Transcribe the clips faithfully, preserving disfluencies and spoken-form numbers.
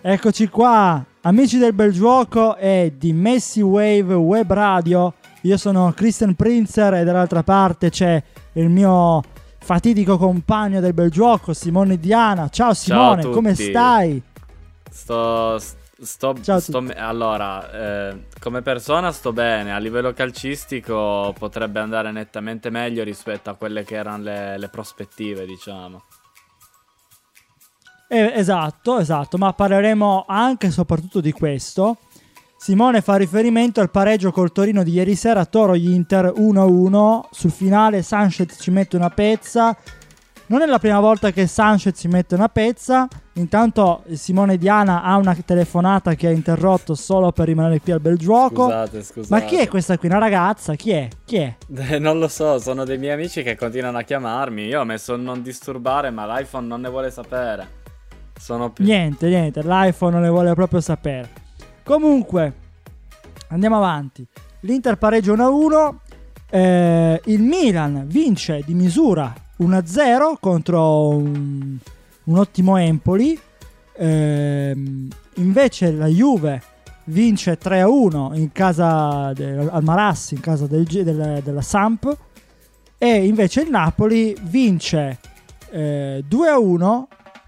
Eccoci qua, amici del bel gioco e di Messi Wave Web Radio. Io sono Christian Prinzer e dall'altra parte c'è il mio fatidico compagno del bel gioco, Simone Diana. Ciao Simone, Ciao come stai? Sto... sto, Ciao sto allora, eh, come persona sto bene, a livello calcistico potrebbe andare nettamente meglio rispetto a quelle che erano le, le prospettive, diciamo. Eh, esatto, esatto, ma parleremo anche e soprattutto di questo. Simone fa riferimento al pareggio col Torino di ieri sera, Toro-Inter uno a uno. Sul finale Sanchez ci mette una pezza. Non è la prima volta che Sanchez ci mette una pezza. Intanto Simone Diana ha una telefonata che ha interrotto solo per rimanere qui al bel gioco. Scusate, scusate. Ma chi è questa qui? Una ragazza? Chi è? Chi è? Eh, non lo so, sono dei miei amici che continuano a chiamarmi. Io ho messo non disturbare, ma l'iPhone non ne vuole sapere. Sono più... Niente, niente, l'iPhone non ne vuole proprio sapere. Comunque, andiamo avanti. L'Inter pareggia uno a uno. Eh, il Milan vince di misura uno a zero contro un, un ottimo Empoli. Eh, invece la Juve vince tre a uno in casa del, al Marassi, in casa del, del, della Samp. E invece il Napoli vince eh, due a uno,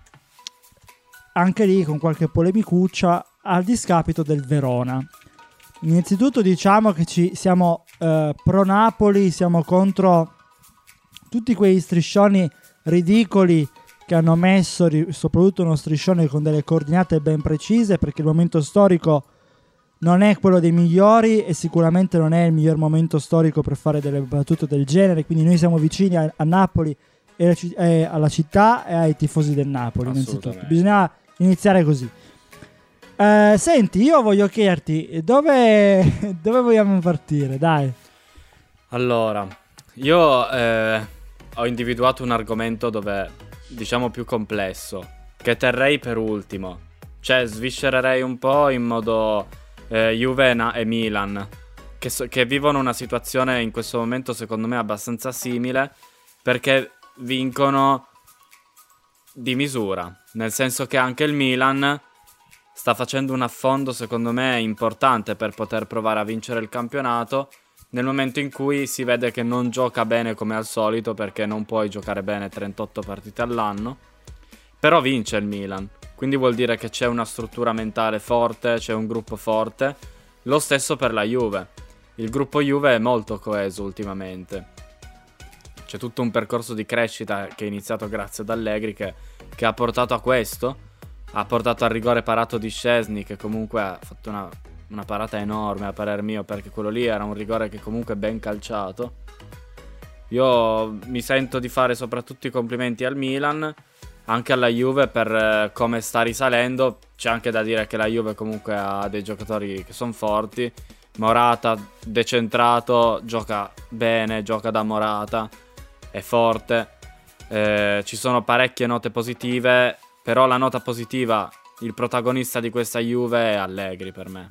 anche lì con qualche polemicuccia, al discapito del Verona. Innanzitutto diciamo che ci siamo eh, pro Napoli, siamo contro tutti quei striscioni ridicoli che hanno messo, soprattutto uno striscione con delle coordinate ben precise, perché il momento storico non è quello dei migliori e sicuramente non è il miglior momento storico per fare delle battute del genere, quindi noi siamo vicini a, a Napoli e, e alla città e ai tifosi del Napoli. Innanzitutto bisogna iniziare così. Eh, senti, io voglio chiederti dove, dove vogliamo partire, dai. Allora, io eh, ho individuato un argomento dove, diciamo, più complesso, che terrei per ultimo. Cioè, sviscererei un po' in modo eh, Juve e Milan, che, so- che vivono una situazione in questo momento, secondo me, abbastanza simile, perché vincono di misura, nel senso che anche il Milan sta facendo un affondo secondo me importante per poter provare a vincere il campionato, nel momento in cui si vede che non gioca bene come al solito, perché non puoi giocare bene trentotto partite all'anno, però vince il Milan, quindi vuol dire che c'è una struttura mentale forte, c'è un gruppo forte. Lo stesso per la Juve, il gruppo Juve è molto coeso ultimamente. C'è tutto un percorso di crescita che è iniziato grazie ad Allegri che, che ha portato a questo. Ha portato al rigore parato di Szczesny, che comunque ha fatto una, una parata enorme a parer mio, perché quello lì era un rigore che comunque è ben calciato. Io mi sento di fare soprattutto i complimenti al Milan, anche alla Juve per eh, come sta risalendo. C'è anche da dire che la Juve comunque ha dei giocatori che sono forti. Morata decentrato, gioca bene, gioca da Morata, è forte, eh, ci sono parecchie note positive, però la nota positiva, il protagonista di questa Juve è Allegri per me.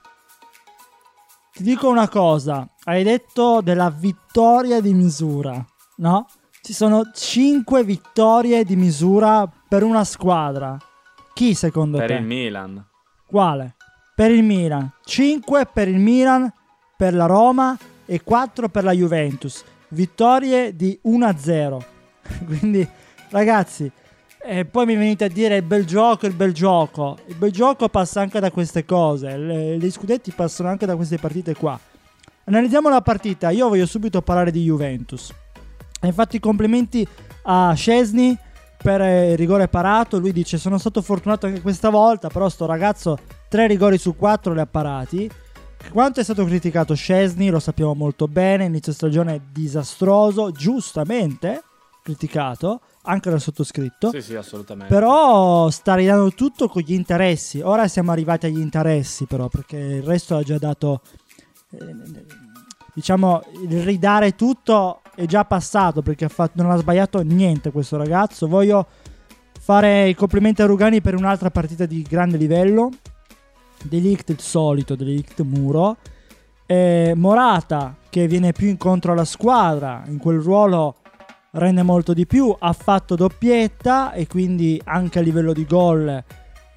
Ti dico una cosa, hai detto della vittoria di misura, no? Ci sono cinque vittorie di misura per una squadra. Chi secondo per te? Per il Milan. Quale? Per il Milan. cinque per il Milan, per la Roma e quattro per la Juventus. Vittorie di uno a zero. Quindi ragazzi, e poi mi venite a dire il bel gioco, il bel gioco. Il bel gioco passa anche da queste cose. Le, gli scudetti passano anche da queste partite qua. Analizziamo la partita. Io voglio subito parlare di Juventus. E infatti complimenti a Szczesny per il rigore parato. Lui dice sono stato fortunato anche questa volta, però sto ragazzo tre rigori su quattro li ha parati. Quanto è stato criticato Szczesny lo sappiamo molto bene, inizio stagione disastroso, giustamente criticato anche dal sottoscritto. Sì, sì, assolutamente. Però sta ridando tutto con gli interessi. Ora siamo arrivati agli interessi però, perché il resto ha già dato, eh, diciamo, il ridare tutto è già passato, perché ha fatto, non ha sbagliato niente questo ragazzo. Voglio fare i complimenti a Rugani per un'altra partita di grande livello. De Ligt il solito, De Ligt muro. E Morata che viene più incontro alla squadra, in quel ruolo rende molto di più, ha fatto doppietta e quindi anche a livello di gol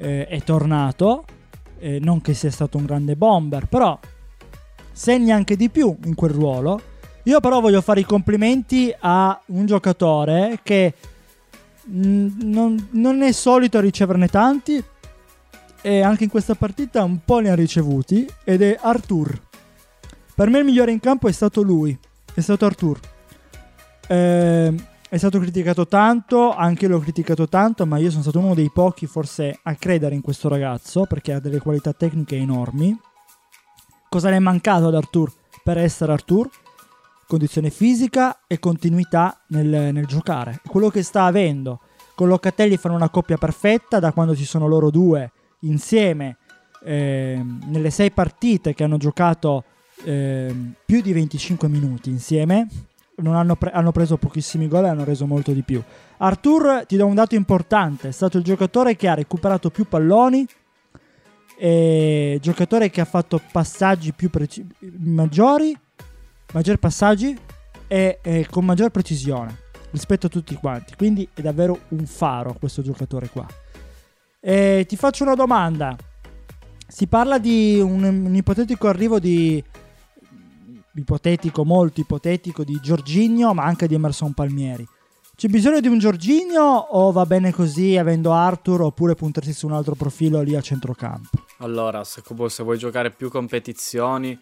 eh, è tornato, eh, non che sia stato un grande bomber, però segna anche di più in quel ruolo. Io però voglio fare i complimenti a un giocatore che mh, non, non è solito riceverne tanti, e anche in questa partita un po' ne ha ricevuti, ed è Arthur. Per me il migliore in campo è stato lui, è stato Arthur. Eh, è stato criticato tanto, anche io l'ho criticato tanto, ma io sono stato uno dei pochi forse a credere in questo ragazzo, perché ha delle qualità tecniche enormi. Cosa le è mancato ad Arthur per essere Arthur? Condizione fisica e continuità nel, nel giocare. Quello che sta avendo. Con Locatelli fanno una coppia perfetta da quando ci sono loro due insieme, eh, nelle sei partite che hanno giocato eh, più di venticinque minuti insieme. Non hanno, pre- hanno preso pochissimi gol e hanno reso molto di più. Arthur, ti do un dato importante, è stato il giocatore che ha recuperato più palloni, e giocatore che ha fatto passaggi più preci- maggiori, maggiori passaggi e, e con maggior precisione rispetto a tutti quanti. Quindi è davvero un faro questo giocatore qua. E ti faccio una domanda. Si parla di un, un ipotetico arrivo di ipotetico, molto ipotetico, di Jorginho, ma anche di Emerson Palmieri. C'è bisogno di un Jorginho o va bene così avendo Arthur, oppure puntersi su un altro profilo lì a centrocampo? Allora, se, se vuoi giocare più competizioni,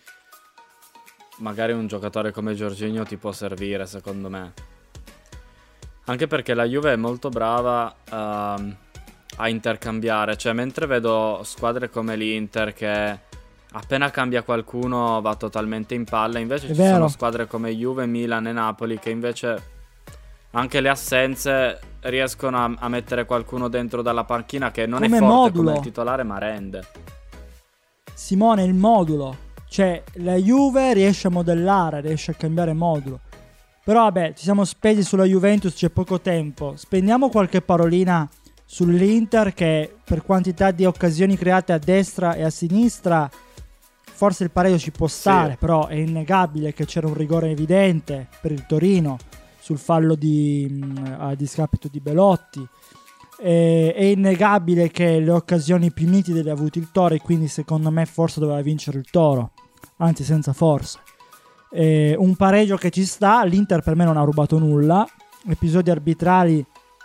magari un giocatore come Jorginho ti può servire, secondo me. Anche perché la Juve è molto brava uh, a intercambiare. Cioè, mentre vedo squadre come l'Inter che appena cambia qualcuno va totalmente in palla, invece è ci vero. sono squadre come Juve, Milan e Napoli che invece anche le assenze riescono a, a mettere qualcuno dentro dalla panchina che non come è forte modulo. come titolare, ma rende. Simone, il modulo. Cioè, la Juve riesce a modellare, riesce a cambiare modulo. Però vabbè, ci siamo spesi sulla Juventus, c'è poco tempo. Spendiamo qualche parolina sull'Inter, che per quantità di occasioni create a destra e a sinistra forse il pareggio ci può stare, sì. Però è innegabile che c'era un rigore evidente per il Torino sul fallo di, mh, a discapito di Belotti. E, è innegabile che le occasioni più nitide le ha avute il Toro, e quindi secondo me forse doveva vincere il Toro, anzi senza forse. E un pareggio che ci sta. L'Inter per me non ha rubato nulla, episodi arbitrali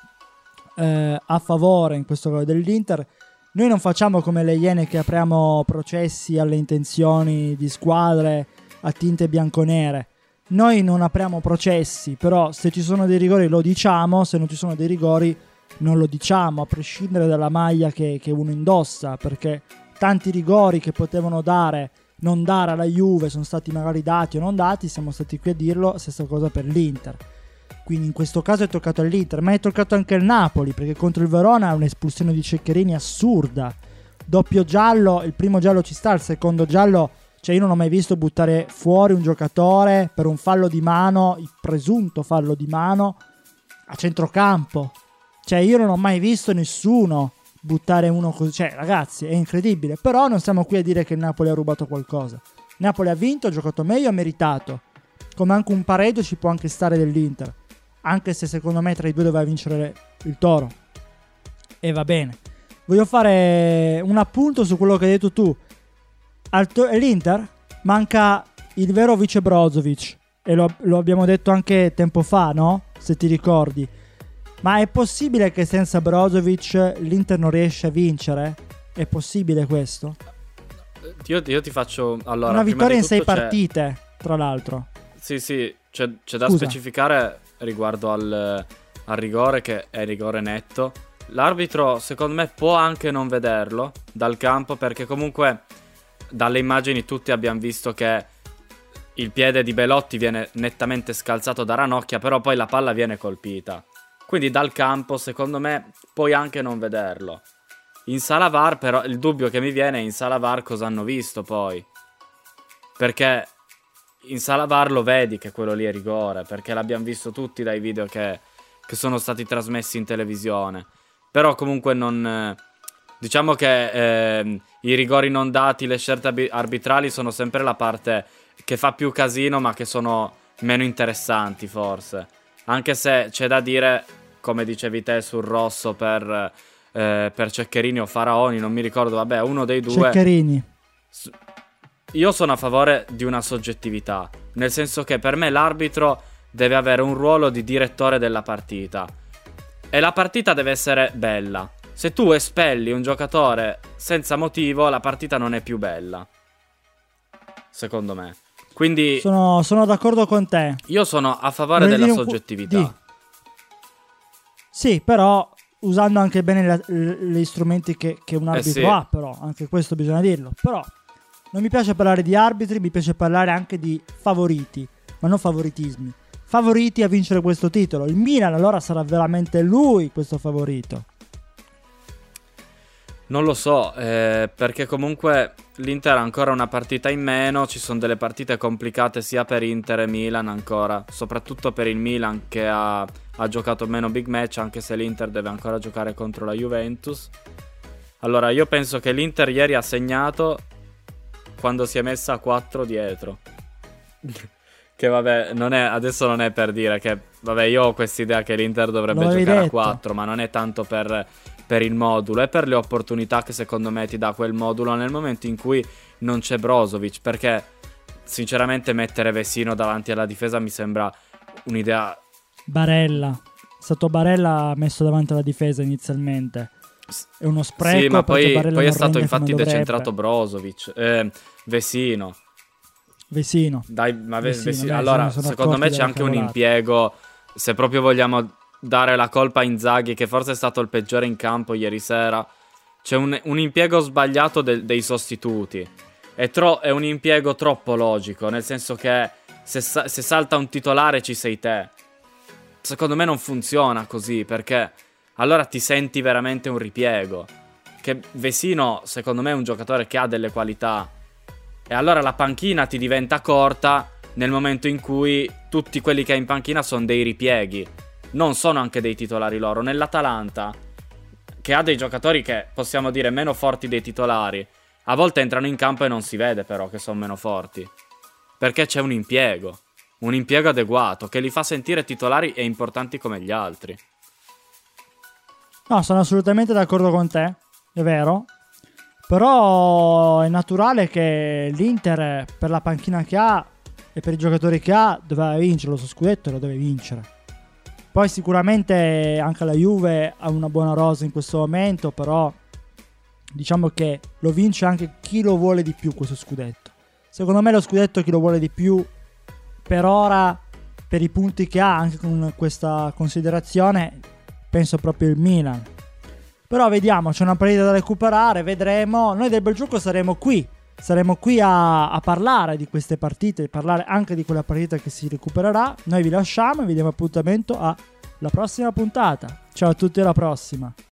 eh, a favore in questo caso dell'Inter. Noi non facciamo come le Iene che apriamo processi alle intenzioni di squadre a tinte bianconere. Noi non apriamo processi, però se ci sono dei rigori lo diciamo, se non ci sono dei rigori non lo diciamo, a prescindere dalla maglia che, che uno indossa, perché tanti rigori che potevano dare, non dare alla Juve sono stati magari dati o non dati, siamo stati qui a dirlo. Stessa cosa per l'Inter. Quindi in questo caso è toccato all'Inter, ma è toccato anche il Napoli, perché contro il Verona è un'espulsione di Ceccherini assurda. Doppio giallo, il primo giallo ci sta, il secondo giallo, cioè io non ho mai visto buttare fuori un giocatore per un fallo di mano, il presunto fallo di mano, a centrocampo. Cioè io non ho mai visto nessuno buttare uno così. Cioè ragazzi, è incredibile. Però non siamo qui a dire che il Napoli ha rubato qualcosa. Il Napoli ha vinto, ha giocato meglio, ha meritato. Come anche un pareggio ci può anche stare dell'Inter, anche se secondo me tra i due doveva vincere il Toro. E va bene. Voglio fare un appunto su quello che hai detto tu. Al to- L'Inter manca il vero vice Brozovic, e lo, lo abbiamo detto anche tempo fa, no? Se ti ricordi. Ma è possibile che senza Brozovic l'Inter non riesce a vincere? È possibile questo? Io, io ti faccio allora, una vittoria in sei c'è... partite, tra l'altro. Sì, sì, c'è, c'è da Scusa. specificare riguardo al, al rigore, che è rigore netto. L'arbitro secondo me può anche non vederlo dal campo, perché comunque dalle immagini tutti abbiamo visto che il piede di Belotti viene nettamente scalzato da Ranocchia, però poi la palla viene colpita. Quindi dal campo secondo me puoi anche non vederlo. In sala V A R però il dubbio che mi viene è in sala V A R cosa hanno visto poi, perché in sala V A R lo vedi che quello lì è rigore, perché l'abbiamo visto tutti dai video che, che sono stati trasmessi in televisione. Però comunque non... Diciamo che eh, i rigori non dati, le scelte arbitrali sono sempre la parte che fa più casino, ma che sono meno interessanti forse. Anche se c'è da dire, come dicevi te sul rosso per eh, per Ceccherini o Faraoni, non mi ricordo, vabbè, uno dei due. Ceccherini. Io sono a favore di una soggettività, nel senso che per me l'arbitro deve avere un ruolo di direttore della partita e la partita deve essere bella. Se tu espelli un giocatore senza motivo, la partita non è più bella, secondo me. Quindi sono, sono d'accordo con te. Io sono a favore Volevi della un cu- soggettività. di... Sì, però usando anche bene la, gli strumenti che, che un arbitro Eh sì. ha, però anche questo bisogna dirlo. Però non mi piace parlare di arbitri, mi piace parlare anche di favoriti, ma non favoritismi. Favoriti a vincere questo titolo. Il Milan allora sarà veramente lui questo favorito? Non lo so, eh, perché comunque l'Inter ha ancora una partita in meno, ci sono delle partite complicate sia per Inter e Milan ancora, soprattutto per il Milan che ha, ha giocato meno big match, anche se l'Inter deve ancora giocare contro la Juventus. Allora io penso che l'Inter ieri ha segnato quando si è messa a quattro dietro. Che vabbè, non è, adesso non è per dire che, vabbè, io ho quest'idea che l'Inter dovrebbe L'avevi giocare detto. a quattro, ma non è tanto per, per il modulo, è per le opportunità che secondo me ti dà quel modulo nel momento in cui non c'è Brozovic, perché sinceramente mettere Vesino davanti alla difesa mi sembra un'idea... Barella. È stato Barella messo davanti alla difesa inizialmente. È uno spreco. Sì, ma perché poi, Barella poi è non stato rende infatti come decentrato dovrebbe. Brozovic, eh, Vesino. Vesino. Dai, ma ve- Vesino, Vesino. dai, Allora, sono secondo me accorti c'è della anche un cavolata. impiego, se proprio vogliamo dare la colpa a Inzaghi, che forse è stato il peggiore in campo ieri sera, c'è un, un impiego sbagliato del- dei sostituti. È, tro- è un impiego troppo logico, nel senso che se, sa- se salta un titolare ci sei te. Secondo me non funziona così, perché allora ti senti veramente un ripiego. Che Vesino, secondo me, è un giocatore che ha delle qualità. E allora la panchina ti diventa corta nel momento in cui tutti quelli che hai in panchina sono dei ripieghi. Non sono anche dei titolari loro. Nell'Atalanta, che ha dei giocatori che possiamo dire meno forti dei titolari, a volte entrano in campo e non si vede però che sono meno forti. Perché c'è un impiego. Un impiego adeguato che li fa sentire titolari e importanti come gli altri. No, sono assolutamente d'accordo con te, è vero. Però è naturale che l'Inter, per la panchina che ha e per i giocatori che ha, doveva vincere lo suo scudetto e lo deve vincere. Poi sicuramente anche la Juve ha una buona rosa in questo momento, però diciamo che lo vince anche chi lo vuole di più questo scudetto. Secondo me lo scudetto chi lo vuole di più per ora, per i punti che ha, anche con questa considerazione, penso proprio il Milan. Però vediamo, c'è una partita da recuperare, vedremo. Noi del Bel Gioco saremo qui, saremo qui a, a parlare di queste partite, parlare anche di quella partita che si recupererà. Noi vi lasciamo e vi diamo appuntamento alla prossima puntata. Ciao a tutti, alla prossima.